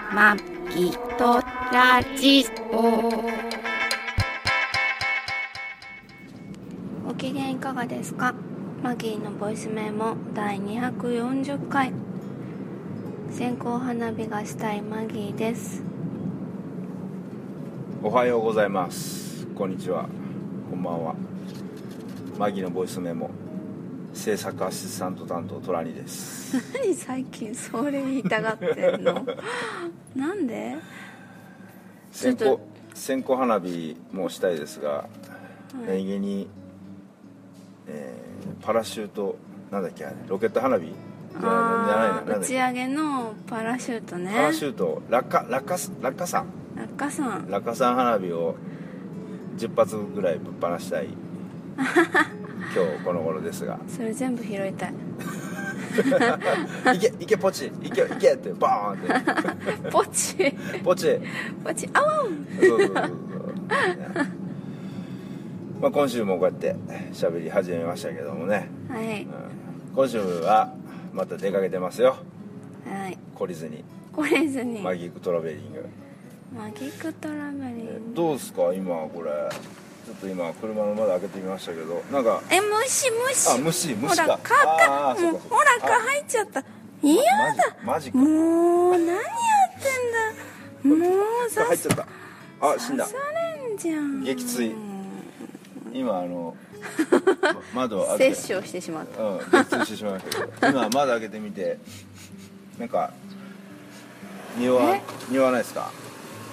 マギトラジオ。ご機嫌いかがですか？マギーのボイスメモ第240回。線香花火がしたいマギーです。 おはようございます。こんにちは。こんばんは。マギーのボイスメモ制作アシスタント担当トラニです。 何最近それ言いたがってんの？なんで？ 線香花火もしたいですが、何気に、パラシュートなんだっけ、あれロケット花火じゃないな、 打ち上げのパラシュートね。 パラシュート落下傘花火を10発ぐらいぶっ放したい今日この頃ですが、 それ全部拾いたい。 いけポチいけってバーンってポチあわん。 そうまあ今週もこうやって喋り始めましたけどもね、 はい、 今週はまた出かけてますよ。 はい、 懲りずにマギークトラベリング。どうですか今これ。ちょっと今車の窓開けてみましたけど、なんか虫ほらか。 もうほら蚊入っちゃった。嫌だ。 マジか。 もう何やってんだ。もう入っちゃった。あ、死んだ。 刺されんじゃん。 撃墜。今窓開けて殺生してしまった。 撃墜してしまいましたけど、今窓開けてみてなんか匂わないですか？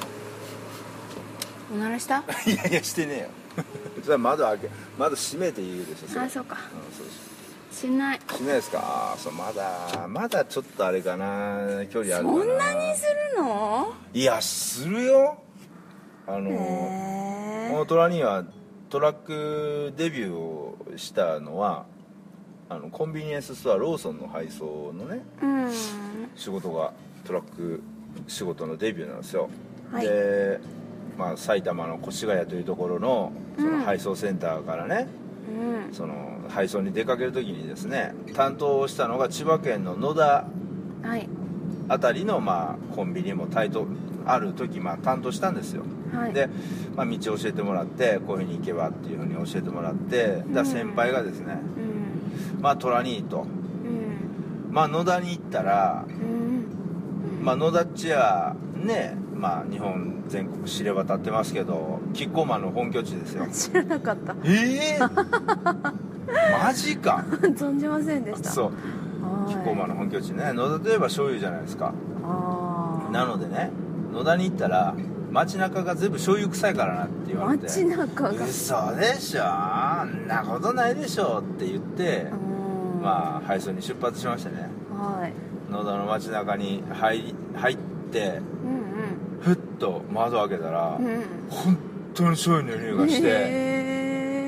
おならした？ いやしてねえよ。じゃあ窓閉めて言うでしょ。 あ、そうか。 そうしないですか。そうまだちょっとあれかな、距離あるかな。 そんなにするの？ いやするよ。この虎にはトラックデビューをしたのはコンビニエンスストアローソンの配送のね、仕事がトラック仕事のデビューなんですよ。 はい、 で埼玉の越谷というところのその配送センターからね、その配送に出かける時にですね、担当したのが千葉県の野田あたりのコンビニもある時担当したんですよ。 はい、 で、道を教えてもらって、こういうふうに行けばっていうふうに教えてもらって、先輩がですね、トラニーと、野田に行ったら、野田っちはね、日本全国知れ渡ってますけど、キッコーマンの本拠地ですよ。 知らなかった。 マジか。 存じませんでした。 そう、キッコーマンの本拠地ね。野田といえば醤油じゃないですか。なのでね、野田に行ったら街中が全部醤油臭いからなって言われて、 街中が嘘でしょ、あんなことないでしょって言って、配送に出発しましてね、野田の街中に入って、ふっと窓開けたら、本当に醤油の匂いがして、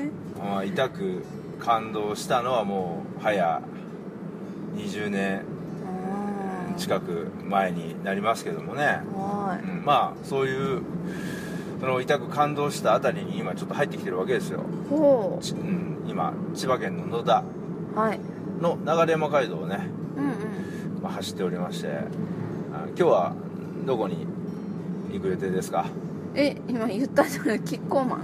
痛く感動したのはもう早20年近く前になりますけどもね、そういうその痛く感動したあたりに今ちょっと入ってきてるわけですよ。今千葉県の野田の流山街道をね、走っておりまして、今日はどこに行く予定ですか？ 今言ったじゃない、キッコーマン。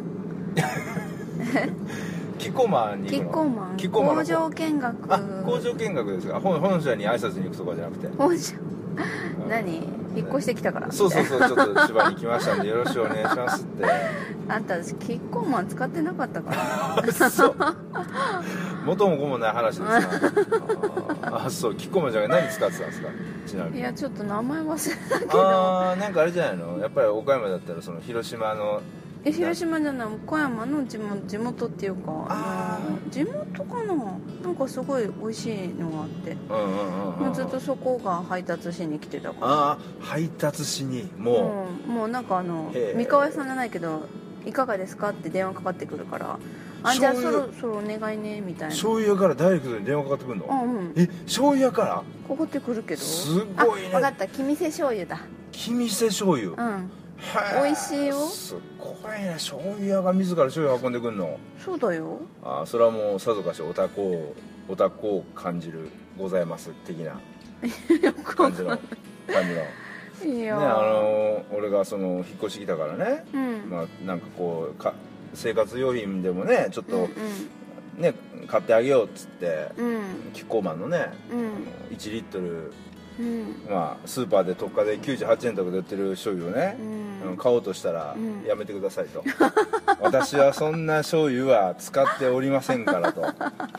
キッコーマンに行くの？ キッコーマン工場見学。 工場見学ですか？本社に挨拶に行くとかじゃなくて。 本社何？引っ越してきたから。 そうちょっと千葉に来ましたんでよろしくお願いしますって。 あんたキッコーマン使ってなかったからそう元も子もない話ですな。そう、キッコーマンじゃ何使ってたんですか？ちなみに。 いやちょっと名前忘れたけど。 なんかあれじゃないの、やっぱり岡山だったらその広島の広島じゃない、岡山の地元っていうか、地元かな、なんかすごい美味しいのがあって、ずっとそこが配達しに来てたから。 配達しにもうなんか三河屋さんじゃないけど、いかがですかって電話かかってくるから、じゃあそろそろお願いねみたいな。 醤油屋からダイレクトに電話かかってくるの？醤油屋からかかってくるけど、すごいね。 分かった、君瀬醤油だ。 君瀬醤油。 美味しいよ。 すごいね、醤油屋が自ら醤油運んでくるの？ そうだよ。 それはもうさぞかしおたこを感じるございます的な感じの。 いや俺がその引っ越してきたからね、まあなんかこう生活用品でもねちょっとね買ってあげようっつって、キッコーマンのね、1リットル、まあスーパーで特価で98円とかで売ってる醤油をね、買おうとしたら、やめてくださいと私はそんな醤油は使っておりませんからと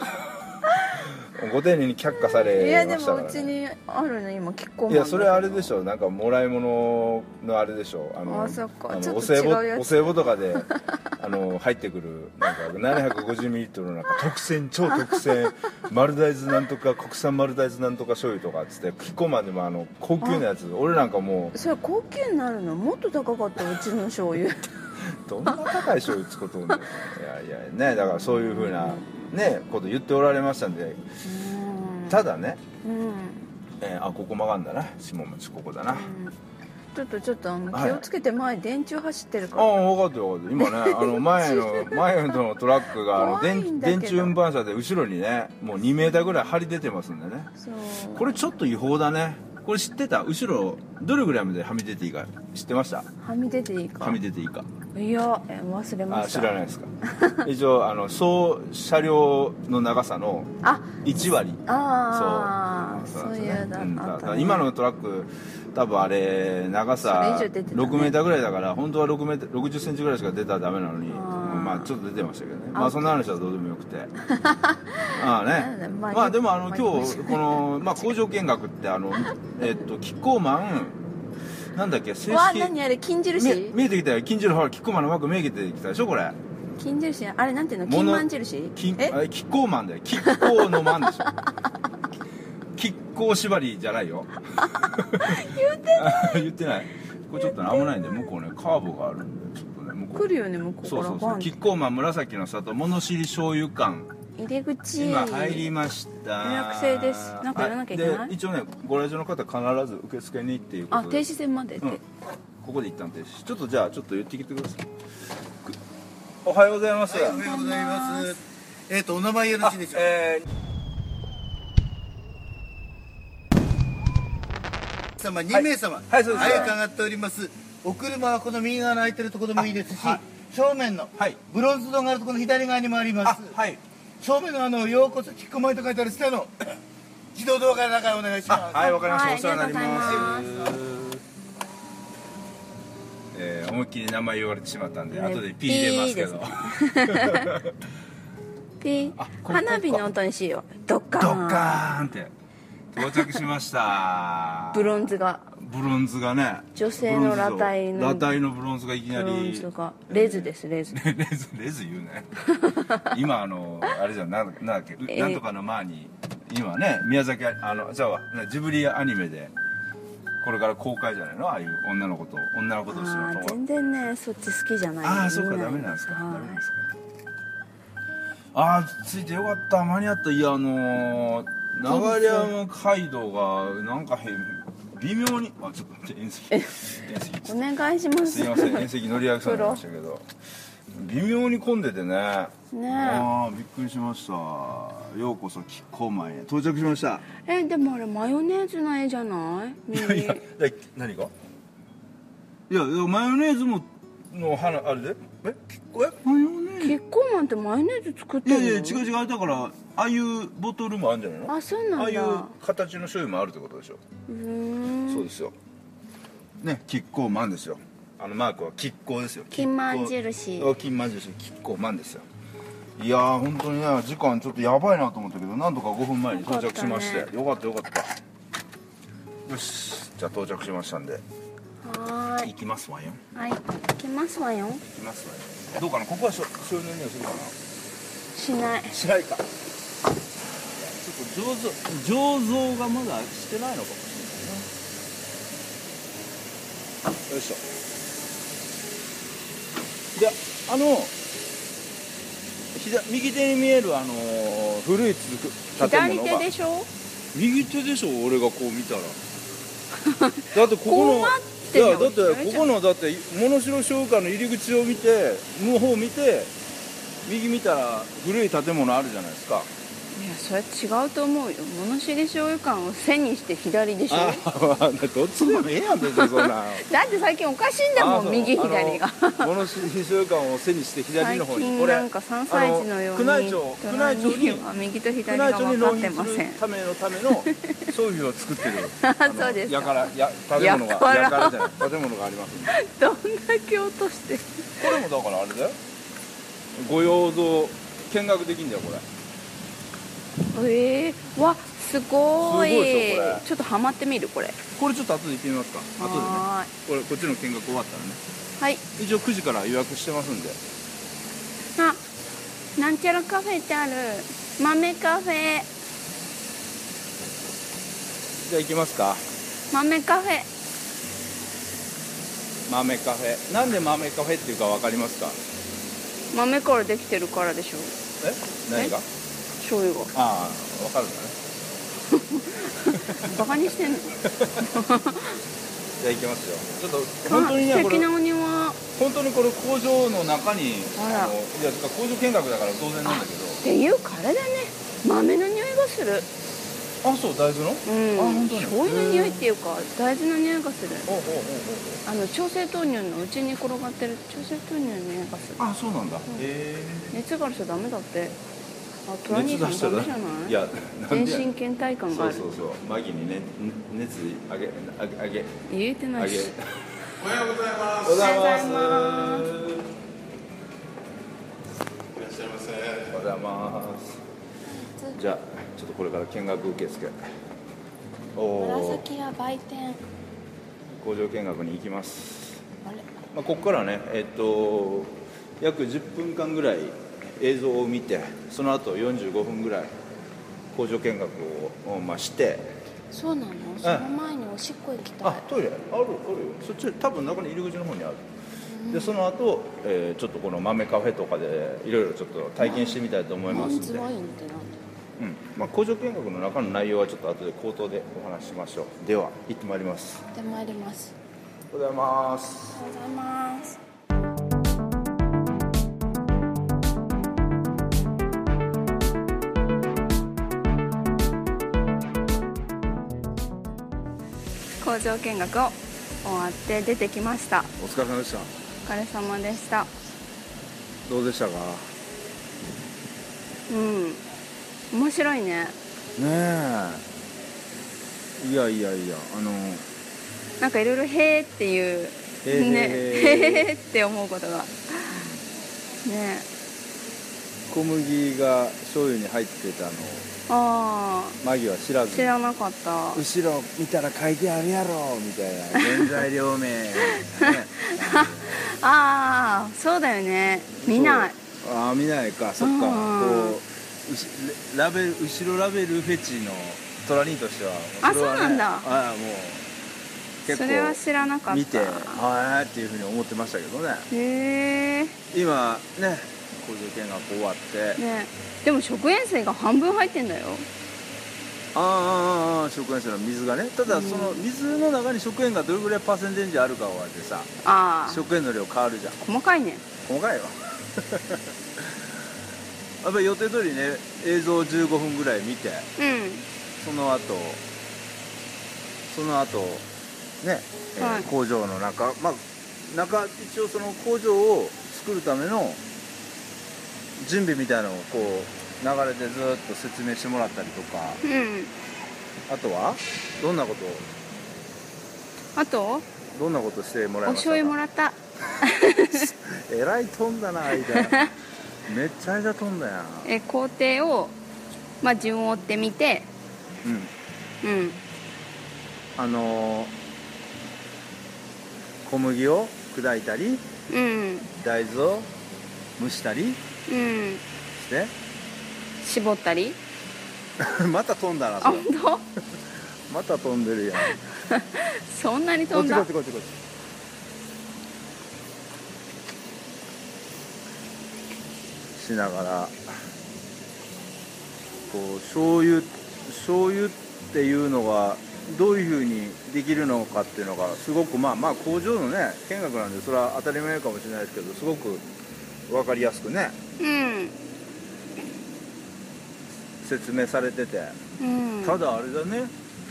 ご丁寧に却下されましたから、ね、 いやでもうちにあるの今キッコーマン。 いやそれあれでしょ、なんかもらい物のあれでしょ、 そっか、 お歳暮とかで入ってくるなんか 750ml のなんか超特選丸大豆なんとか国産丸大豆なんとか醤油とかっつってキッコーマンでも高級なやつ、俺なんかもうそれ高級になるのもっと高かったうちの醤油どんな高い醤油使うとんねんいやね、だからそういうふうなねこと言っておられましたんで、ただね、ここ曲がんだな、下町ここだな、 ちょっと気をつけて、前電柱走ってるから。 分かってる今ね前のトラックが電柱運搬車で後ろにねもう2メーターぐらい張り出てますんでね、これちょっと違法だね。これ知ってた？後ろどれぐらいまではみ出ていいか知ってました？ はみ出ていいかいや忘れました。 知らないですか一応総車両の長さの1割。そういうだったね。今のトラック多分あれ長さ6メーターぐらいだから、本当は60センチぐらいしか出たらダメなのに、まあちょっと出てましたけどね。まあそんな話はどうでもよくてまあでも今日この工場見学ってキッコーマンなんだっけ、正式何あれ金印見えてきたよ。金印、ほらキッコーマンのマーク見えてきたでしょこれ。 金印あれなんていうの、金満印キッコーマンだよ。キッコーのマンでしょキッコー縛りじゃないよ言ってないこれちょっとね危ないんで、向こうねカーブがあるんでちょっとね向こう来るよね、向こうから。 そうキッコーマン紫の里物知り醤油館入り口今入りました。 予約制です。なんかやらなきゃいけない。 で一応ねご来場の方必ず受付にっていうことで、 停止線までって、 ここで一旦停止。ちょっとじゃあちょっと言ってきてください。おはようございます。 おはようございます。お名前よろしいでしょうか。様2名様伺っております。お車はこの右側の空いてるところでもいいですし、正面のブロンズドがあるところの左側にもあります。正面のようこそキッコーマンと書いてある下の自動ドアから中へお願いします。 はい、わかりました。お世話になります。思いっきり名前言われてしまったんで、後でピー入れますけど。 ピー。花火の音にしよう。ドッカーンって。到着しました。 ブロンズがね、 女性の裸体のブロンズがいきなりレズです。レズ言うね今あれじゃん、なんだっけ、なんとかの前に今ね宮崎ジブリアニメでこれから公開じゃないの、ああいう女の子としての全然ねそっち好きじゃない。 そうか、ダメなんですか。着いてよかった、間に合った。いや流山街道がなんか微妙にちょっと待って、遠石お願いします。 すいません、遠石乗り上げされましたけど微妙に混んでてね。びっくりしました。ようこそキッコーマンへ到着しました。 でもあれマヨネーズの絵じゃない？ いや何が？いやマヨネーズもの花あれでマヨネーズキッコーマンってマヨネーズ作ってるの？ いや違う、だからああいうボトルもあるんじゃないの？ そうなんだ。 ああいう形の醤油もあるってことでしょ。そうですよね、キッコーマンですよ。マークはキッコーですよ。 金満印キッコーマンですよ。いやー本当にね、時間ちょっとやばいなと思ったけど、なんとか5分前に到着しまして、よかった。よし、じゃあ到着しましたんで行きますわよ。 行きますわよ。 どうかな、ここは醤油の匂いするかな。しないか。ちょっと醸造がまだしてないのかもしれないな。よいしょ。で右手に見える古い建物が左手でしょ？ 右手でしょ、俺がこう見たらだってここのだってここのだって物代商館の入り口を見て向こう見て右見たら古い建物あるじゃないですか。 いやそれ違うと思うよ。物知り醤油缶を背にして左でしょ。 どっちでもええやん別にそんなだって最近おかしいんだもん、右左が。 物知り醤油缶を背にして左の方に、 最近なんか3歳児のように宮内庁には右と左が分かってません。 ための商品を作ってるそうですか。 建物がやからじゃない建物がありますんで。 どんだけ落として。 これもだからあれだよ、御用蔵見学できんだよこれ。 わすごい。 すごいでしょこれ。 ちょっとハマってみるこれ。 これちょっと後で行ってみますか。後でね。こっちの見学終わったらね。 はい。 一応9時から予約してますんで。 なんちゃらカフェってある。豆カフェ。 じゃあ行きますか。 豆カフェ。 豆カフェ。なんで豆カフェっていうかわかりますか。 豆からできてるからでしょ。 何が？ 醤油が。 ああ、わかるんだね。 バカにしてんの。 じゃあ行きますよ。ちょっと本当にね、 素敵なお庭。 本当にこれ工場の中にいや工場見学だから当然なんだけど。 っていうかあれだね。豆の匂いがする。 あ、そう大豆の？本当に。 醤油の匂いっていうか大豆の匂いがする。調整豆乳のうちに転がってる調整豆乳の匂いがする。 あ、そうなんだ。 熱がある人ダメだって。トラ兄さんダメじゃない？いや、全身倦怠感がある。 そうマギにね、熱あげ言えてないし。 おはようございます。おはようございます。いらっしゃいませ。おはようございます。じゃあちょっとこれから見学受付。 紫屋売店。 工場見学に行きます。ここからね、約10分間ぐらい映像を見て、その後45分ぐらい工場見学をして。 そうなの？その前におしっこ行きたい。 トイレあるよ。そっち多分中に入り口の方にある。でその後、ちょっとこの豆カフェとかでいろいろちょっと体験してみたいと思いますんで。 ワインってなんだ？ 工場見学の中の内容はちょっと後で口頭でお話ししましょう。では行ってまいります。 行ってまいります。 おはようございます。 おはようございます。工場見学を終わって出てきました。 お疲れ様でした。 お疲れ様でした。 どうでしたか？ 面白いね。 ねえ。いやなんかいろいろへーっていうへーって思うことがねえ。 小麦が醤油に入ってたのをマギは知らなかった。後ろ見たら書いてあるやろみたいな原材料名、ね、 そうだよね。見ない。 見ないか。そっか。こう後ろラベルフェチのトラニーとしては、 そうなんだ。 もう結構それは知らなかった。 見てっていうふうに思ってましたけどね。 へえ。 今ね工場見学終わってね。でも食塩水が半分入ってんだよ。 食塩水の水がね。ただその水の中に食塩がどれぐらいパーセンテージあるかはでさ、食塩の量変わるじゃん。 細かいね。 細かいわ。やっぱり予定通りね映像15分ぐらい見て、その後ね、工場の中、一応その工場を作るための準備みたいなのをこう流れでずっと説明してもらったりとか、あとはどんなことしてもらいましたか？お醤油もらった。 えらい飛んだな間。めっちゃ間飛んだやん。 工程を順を追ってみて、 小麦を砕いたり、大豆を蒸したりして絞ったり。 また飛んだな。 本当？ また飛んでるやん。 そんなに飛んだ？ こっちしながらこう醤油っていうのがどういうふうにできるのかっていうのがすごく工場のね見学なんでそれは当たり前かもしれないですけど、すごく分かりやすくね、 説明されてて、ただあれだね、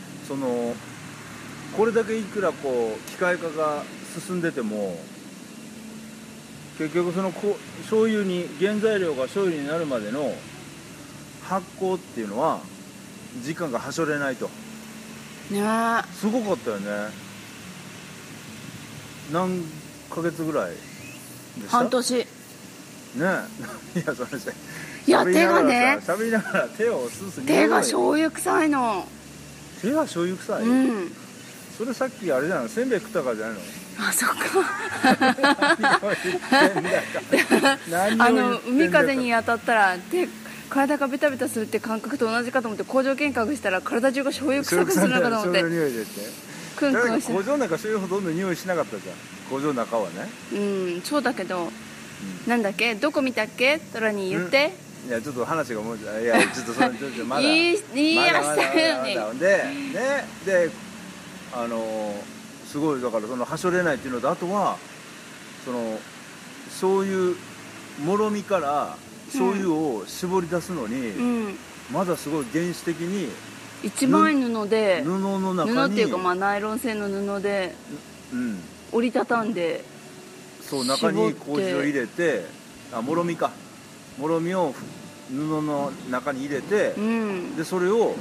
これだけいくらこう機械化が進んでても結局醤油に原材料が醤油になるまでの発酵っていうのは時間がはしょれないと。 ね、 すごかったよね。何ヶ月ぐらいでした？ 半年ね。 いやそれいや手がね、 喋りながら手をスースー手が醤油臭いの。 手が醤油臭い？それさっきあれじゃないの、せんべい食ったからじゃないの？ あ、そっか。海風に当たったら体がベタベタするって感覚と同じかと思って工場見学したら体中が醤油臭くするのかと思ってクンクンして。 工場の中醤油ほとんど匂いしなかったじゃん、工場の中はね。そうだけど、なんだっけ、どこ見たっけ、トラに言って。 いやちょっと話がもう、いやちょっとそれちょっとまだ言いやしたよね。 ですごい、だからはしょれないっていうのと、あとは醤油もろみから醤油を絞り出すのに、まだすごい原始的に一枚布で布の中に、 布っていうかナイロン製の布で折りたたんで、 そう中に麹を入れて、もろみを布の中に入れて、でそれを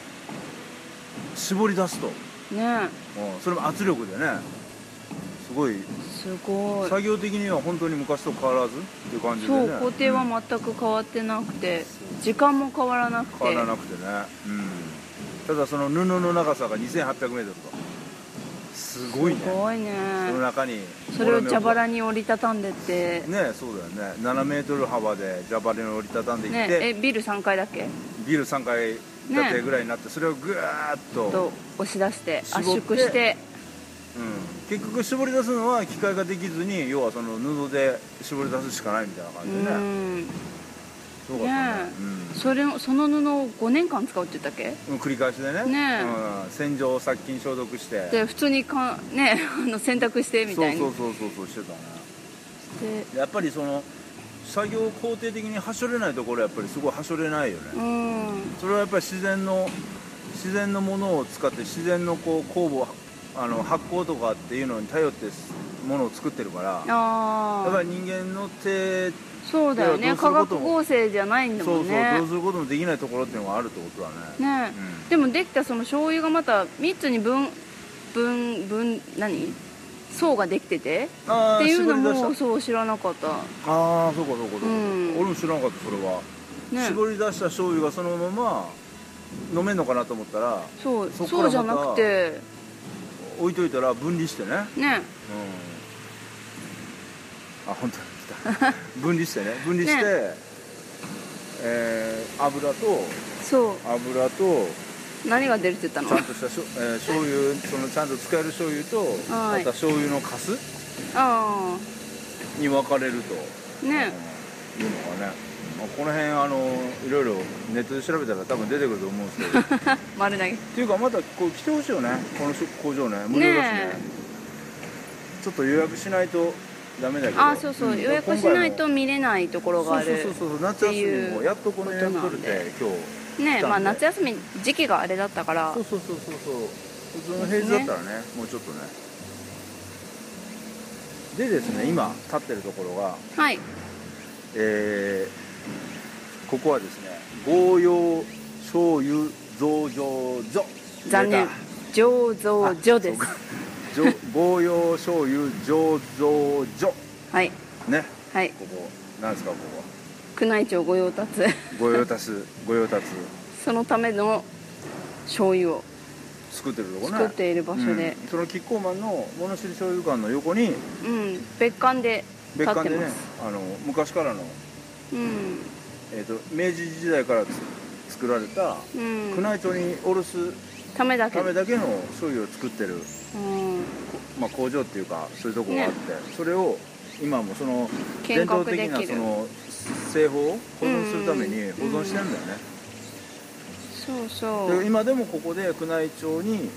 絞り出すとね、 それも圧力でね、すごい作業的には本当に昔と変わらずっていう感じでね。 そう、工程は全く変わってなくて、時間も変わらなくてね、ただその布の長さが 2800m とすごいね。 すごいね。 その中にそれを蛇腹に折りたたんでってね。そうだよね、7m 幅で蛇腹に折りたたんでいって、 ビル3階だっけ、 ビル3階建てぐらいになって、それをぐーっと押し出して圧縮して、 結局絞り出すのは機械ができずに、要はその布で絞り出すしかないみたいな感じでね。そうかったね。 その布を5年間使うって言ったっけ？ 繰り返しでね。洗浄殺菌消毒してで普通に洗濯してみたいな。 そうしてたね。でやっぱり作業工程的にはしょれないところはやっぱりすごいはしょれないよね。それはやっぱり自然のものを使って、自然のこう酵母発酵とかっていうのに頼ってものを作ってるから、やっぱり人間の手、 そうだよね、化学合成じゃないんだもんね。 どうすることもできないところっていうのがあるってことだね。 でもできたその醤油がまた3つに層ができててっていうのもそう知らなかった。 そうか俺も知らなかったそれは。絞り出した醤油がそのまま飲めんのかなと思ったら、 そうじゃなくて置いといたら分離してね。本当に来た。分離して油と何が出るって言ったの？ ちゃんとした醤油、ちゃんと使える醤油と、また醤油のカスに分かれるというのがね。この辺いろいろネットで調べたら多分出てくると思うんですけど丸投げっていうか、またこう来てほしいよね、この工場ね。無料だしね。ちょっと予約しないとダメだけど、 そう予約しないと見れないところがある。 夏休みもやっとこの予約取れて今日夏休み時期があれだったから、 普通の平日だったらね、もうちょっとね。でですね、今立ってるところがここはですね、合洋醤油醸造所。 残念、醸造所です。 合洋醤油醸造所。ね。ここなんですか、ここ。 宮内庁御用達。 御用達。 そのための醤油を作ってるとこね。 作っている場所で、 そのキッコーマンの物知り醤油館の横に別館で立ってます。 昔からの明治時代から作られた宮内庁に卸すためだけの醤油を作ってる工場っていうか、そういうとこがあって、それを今もその伝統的なその製法を保存するために保存してるんだよね。で今でもここで宮内庁に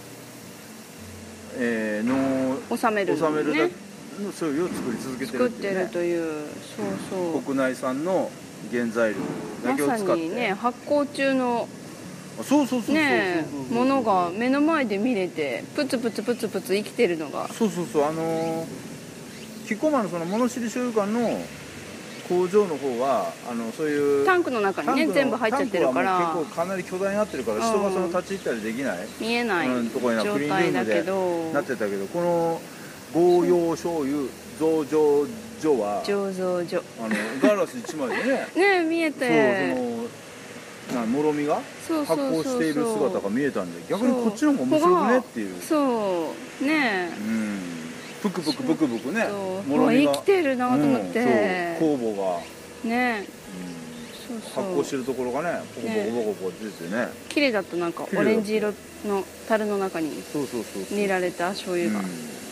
納める醤油を作り続けてるっていうね。 国内産の原材料だけを使って、 まさにね発酵中のそうねものが目の前で見れてプツプツプツプツ生きてるのがそうキッコーマンのその物知り醤油館の工場の方はそういうタンクの中にね全部入っちゃってるから結構かなり巨大になってるから人がその立ち入ったりできない見えないところに状態だけどなってたけど、この合洋醤油醸造所は醸造所ガラス1枚でねね見えてもろみが発酵している姿が見えたんで逆にこっちの方が面白くねっていうそうねブクブクブクブクねもろみが生きてるなと思って酵母がね発酵してるところがねボコボコボコボコ出てね綺麗だったなんかオレンジ色の樽の中に煮られた醤油が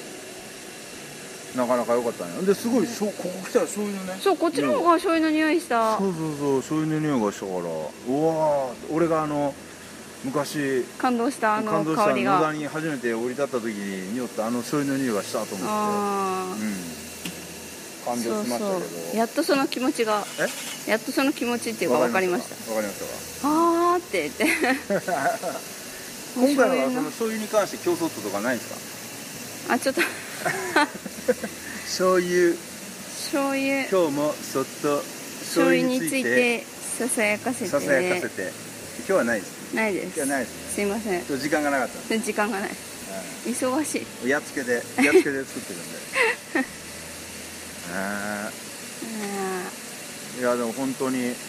なかなか良かったね。ですごいここ来たら醤油のねそうこっちの方が醤油の匂いしたそう醤油の匂いがしたからうわ俺が昔感動した香りが野田に初めて降り立った時に匂った醤油の匂いがしたと思って感動しましたけどやっとその気持ちがやっとその気持ちっていうか分かりましたわかりましたあーって言って今回はその醤油に関して競争とかないんですかちょっと醤油今日もそっと醤油についてささやかせて今日はないですないです今日はないですすいません時間がなかった時間がない忙しいやっつけで作ってるんでいやでも本当に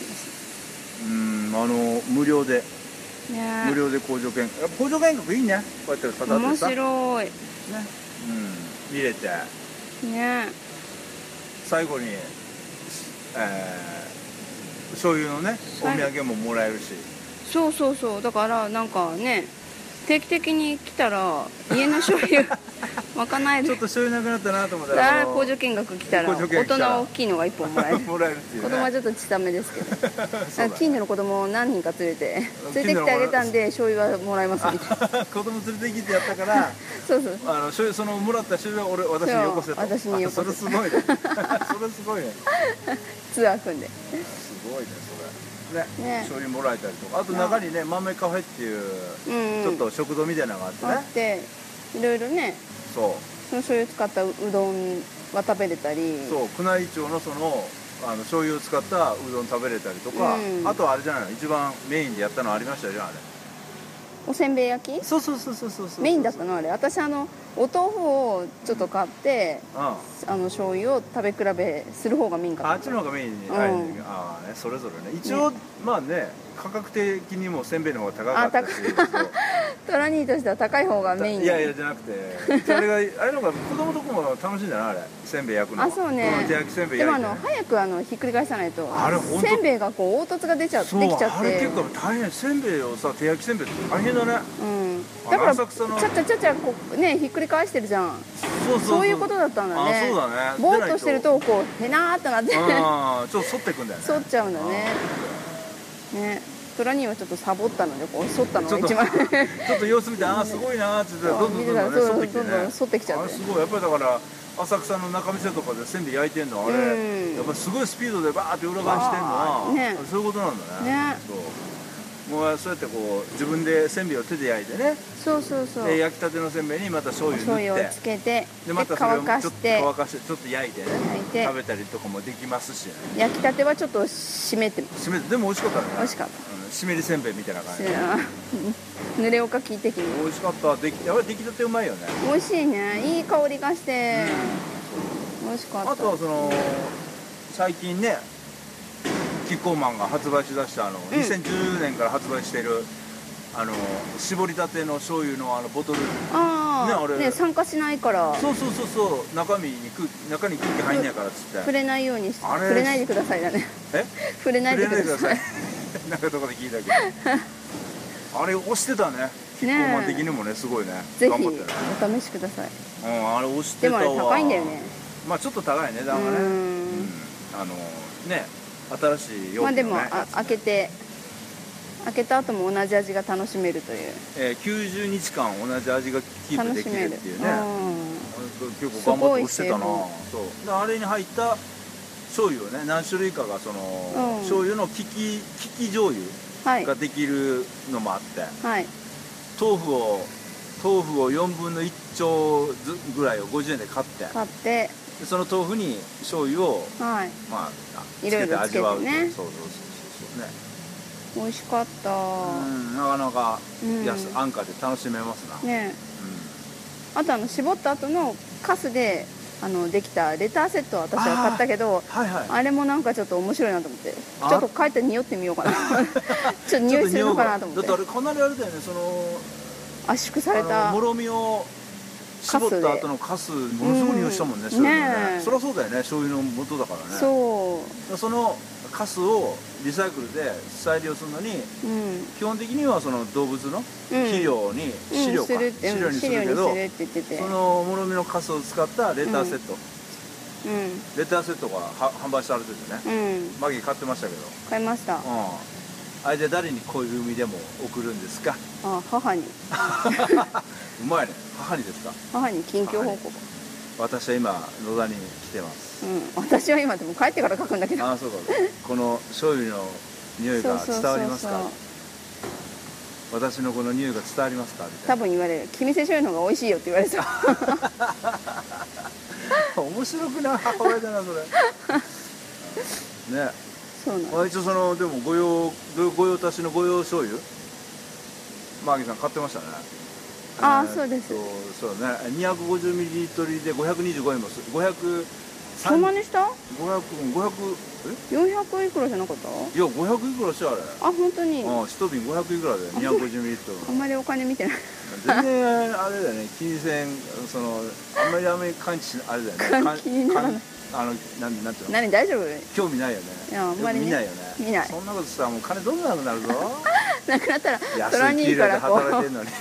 無料で工場見学いいねこうやってただ面白いね見れてね最後に醤油のねお土産ももらえるしそうだからなんかね定期的に来たら家の醤油賄えるちょっと醤油なくなったなと思ったら工場見学来たら大人大きいのが1本もらえるもらえるっていう、ね、 子供はちょっと小さめですけど近所の子供を何人か連れてきてあげたんで醤油はもらえますみたいな子供連れてきてやったからそうそのもらった醤油は私によこせと私によこせそれすごいねそれすごいねツアー組んですごいねそれね醤油もらえたりとかあと中にね豆カフェっていうちょっと食堂みたいなのがあってねあっていろいろねその醤油使ったうどんは食べれたり宮内庁の醤油を使ったうどん食べれたりとかあとあれじゃないの一番メインでやったのありましたよあれおせんべい焼きそうメインだったのあれ私お豆腐をちょっと買って醤油を食べ比べする方がメインかあっちの方がメインにそれぞれね一応まあね価格的にもせんべいの方が高かったしトラニーとしては高い方がメインいやじゃなくてそれがあれの方が子供とかも楽しいんじゃないあれせんべい焼くのそうね手焼きせんべい焼いてでも早くひっくり返さないとあれ本当せんべいが凹凸ができちゃってあれ結構大変せんべいをさ手焼きせんべいって大変だねだからちゃっちゃこうねひっくり返してるじゃんそういうことだったんだねそうだねボーっとしてるとこうへなーってなってちょっと反っていくんだよね反っちゃうんだねトラニーはちょっとサボったのでこう反ったのが一番ちょっと様子見てすごいなーって言ってどんどん反ってきてね反ってきちゃってすごいやっぱりだから浅草の仲見世とかでせんべい焼いてんのあれやっぱすごいスピードでバーって裏返してんのはそういうことなんだねもうそうやってこう自分でせんべいを手で焼いてねそう焼きたてのせんべいにまた醤油塗ってをつけてでまたそれを乾かしてちょっと焼いてね食べたりとかもできますし焼きたてはちょっと湿ってでも美味しかったね美味しかった湿りせんべいみたいな感じ濡れおか聞いてきて美味しかったやっぱり出来たてうまいよね美味しいねいい香りがして美味しかったあとは最近ねキッコーマンが発売しだした2010年から発売してる絞りたての醤油のボトルあれ酸化しないからそう中に空気入んないからっつって触れないようにして触れないでくださいだね触れないでくださいなんかどこで聞いたけどあれ押してたねキッコーマン的にもねすごいねぜひお試しくださいあれ押してたわでも高いんだよねまあちょっと高い値段がねね新しい容器のねでも開けた後も同じ味が楽しめるという 90日間同じ味がキープできるっていうね結構頑張って押してたなあれに入った醤油をね何種類かがその、醤油の利き醤油ができるのもあって、はい、豆腐を4分の1丁ぐらいを50円で買ってでその豆腐に醤油を、はい、まあつけて味わうと、ね、そうね美味しかった。 なかなか安価で楽しめますなね。 あと絞った後のカスでできたレターセットは私は買ったけど、あれもなんかちょっと面白いなと思って、ちょっと帰って匂ってみようかなちょっと匂いするのかなと思って。 だってあれかなりあれだよね、その圧縮されたもろみを絞った後のカスものすごい匂いしたもんね。そりゃそうだよね、醤油の元だからね。そのカスをリサイクルで再利用するのに、基本的にはその動物の肥料に飼料にするけど、そのもろみのカスを使ったレターセット、レターセットが販売されててね、マギー買ってましたけど。 買いました。 あれで誰に恋文でも送るんですか？ 母にうまいね。母にですか？ 母に近況報告。 私は今野田に来てます。 私は今でも帰ってから書くんだけど。 そうか。この醤油の匂いが伝わりますか？私のこの匂いが伝わりますか？ 多分言われる。君せ醤油の方が美味しいよって言われそう。 面白くない母親だなそれ。ね。そうなん。一応でも御用達の御用醤油、マーギーさん買ってましたね。 そうです。 そうね。250ミリリットルで525円もする。500。 そんなにした？400いくらじゃなかった？ いや500いくらしたあれ。 本当に。 一瓶500いくらで250ミリリットル。 あんまりお金見てない。 全然あれだよね。金銭あんまり感知あれだよね。 気にならない。 なんていうの？ 何大丈夫？ 興味ないよね。 いやあんまり見ないよね。 見ない。 そんなことしたらもう金どんどんなくなるぞ。 なくなったら安い給料で働いてんのに。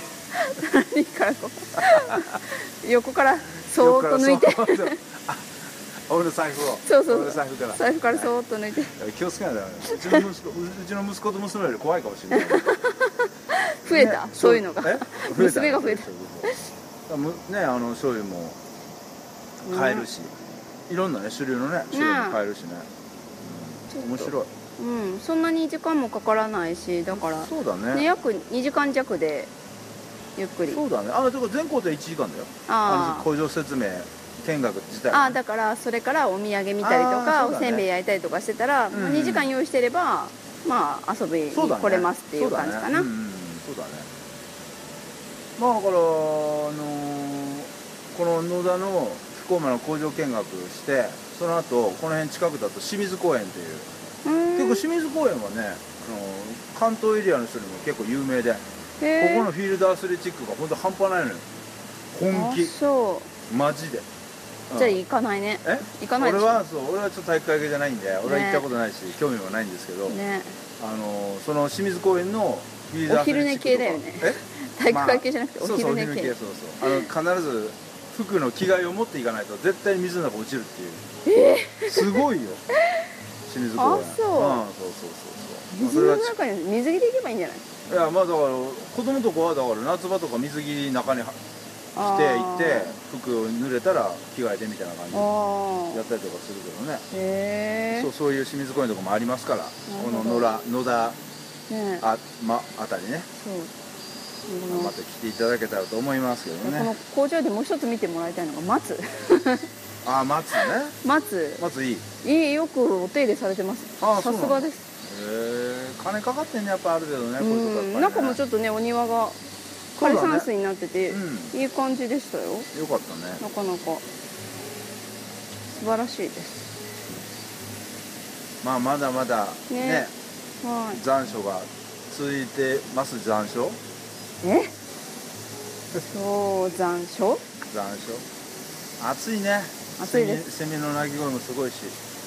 横からそーっと抜いて。 俺の財布を。 そう財布からそーっと抜いて。 気をつけないとダメ。うちの息子と娘より怖いかもしれない。 増えた、そういうのが。娘が増えた。 ね、醤油も買えるし、いろんなね種類のね醤油も買えるしね。面白い。 そんなに時間もかからないし、だからそうだね。 約2時間弱でゆっくり。 そうだね。全行程1時間だよ。工場説明。見学自体、 だからそれからお土産見たりとか、おせんべい焼いたりとかしてたら、2時間用意してればまあ遊びに来れますっていう感じかな。そうだね。 まあだからこの野田の飛行馬の工場見学して、その後この辺近くだと清水公園っていう、結構清水公園はね関東エリアの人にも結構有名で、ここのフィールドアスレチックが本当半端ないのよ。本気。マジで。 じゃあ行かないね。行かないでしょ。 俺はちょっと体育会系じゃないんで、俺は行ったことないし興味もないんですけど、その清水公園のフィールドアスレチックとか、お昼寝系だよね。体育会系じゃなくてお昼寝系。 必ず服の着替えを持っていかないと絶対に水の中落ちるっていう。すごいよ清水公園。そう水の中に水着で行けばいいんじゃない？ いやだから子供とかはだから夏場とか水着中に着て行って服濡れたら着替えてみたいな感じでやったりとかするけどね。そういう清水公園とかもありますから、この野田あたりね、また来ていただけたらと思いますけどね。 この工場でもう一つ見てもらいたいのが松。 松ね。松いい。よくお手入れされてます。さすがです。 金かかってんねやっぱある程度ね、こういうとこやっぱりね。 中もちょっとねお庭が枯山水になってていい感じでしたよ。 よかったね。 なかなか素晴らしいです。 まだまだね残暑が続いてます。残暑？ そう残暑？ 暑いね。 暑いです。 セミの鳴き声もすごいし。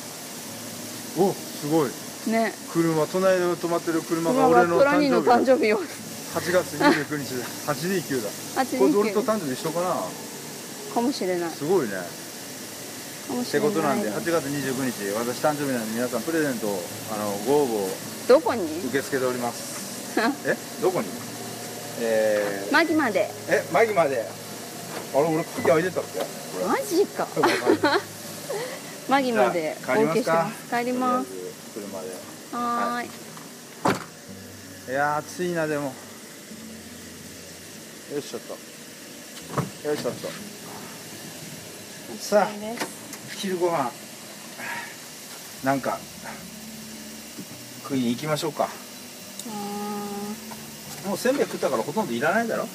すごいね。 隣で止まってる車が俺の誕生日を 8月29日で829だ。これ俺と誕生日一緒かな。 かもしれない。 すごいね。ってことなんで8月29日私誕生日なんで、皆さんプレゼントご応募どこに受け付けております。どこに？ マギまで。 マギまで。俺鍵開いてたっけ？ マジか。 マギまでお受けします。帰ります。 車で。 はい。 いや暑いなでも。よいしょっと。よいしょっと。さあ昼ご飯なんか食いに行きましょうか。もうせんべい食ったからほとんどいらないだろ。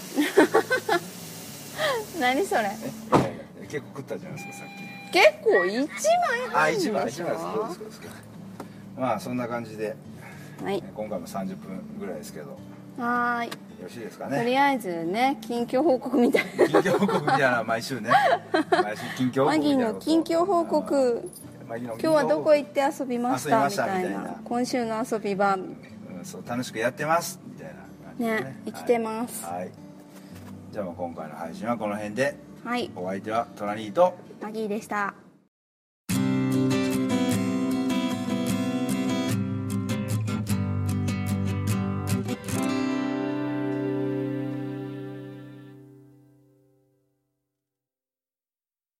何それ。 結構食ったじゃないですかさっき。結構1枚半でしょ。1枚そうですか。まあそんな感じで、 はい、 今回も30分ぐらいですけど。 はい。 よろしいですかね。 とりあえずね、近況報告みたいな。 近況報告みたいな毎週ね。毎週近況報告みたいな。マギの近況報告。今日はどこ行って遊びましたみたいな。今週の遊び場。 そう楽しくやってますみたいな感じでね。生きてます。 はい。じゃあもう今回の配信はこの辺で。 はい。 お相手はトラニーとマギーでした。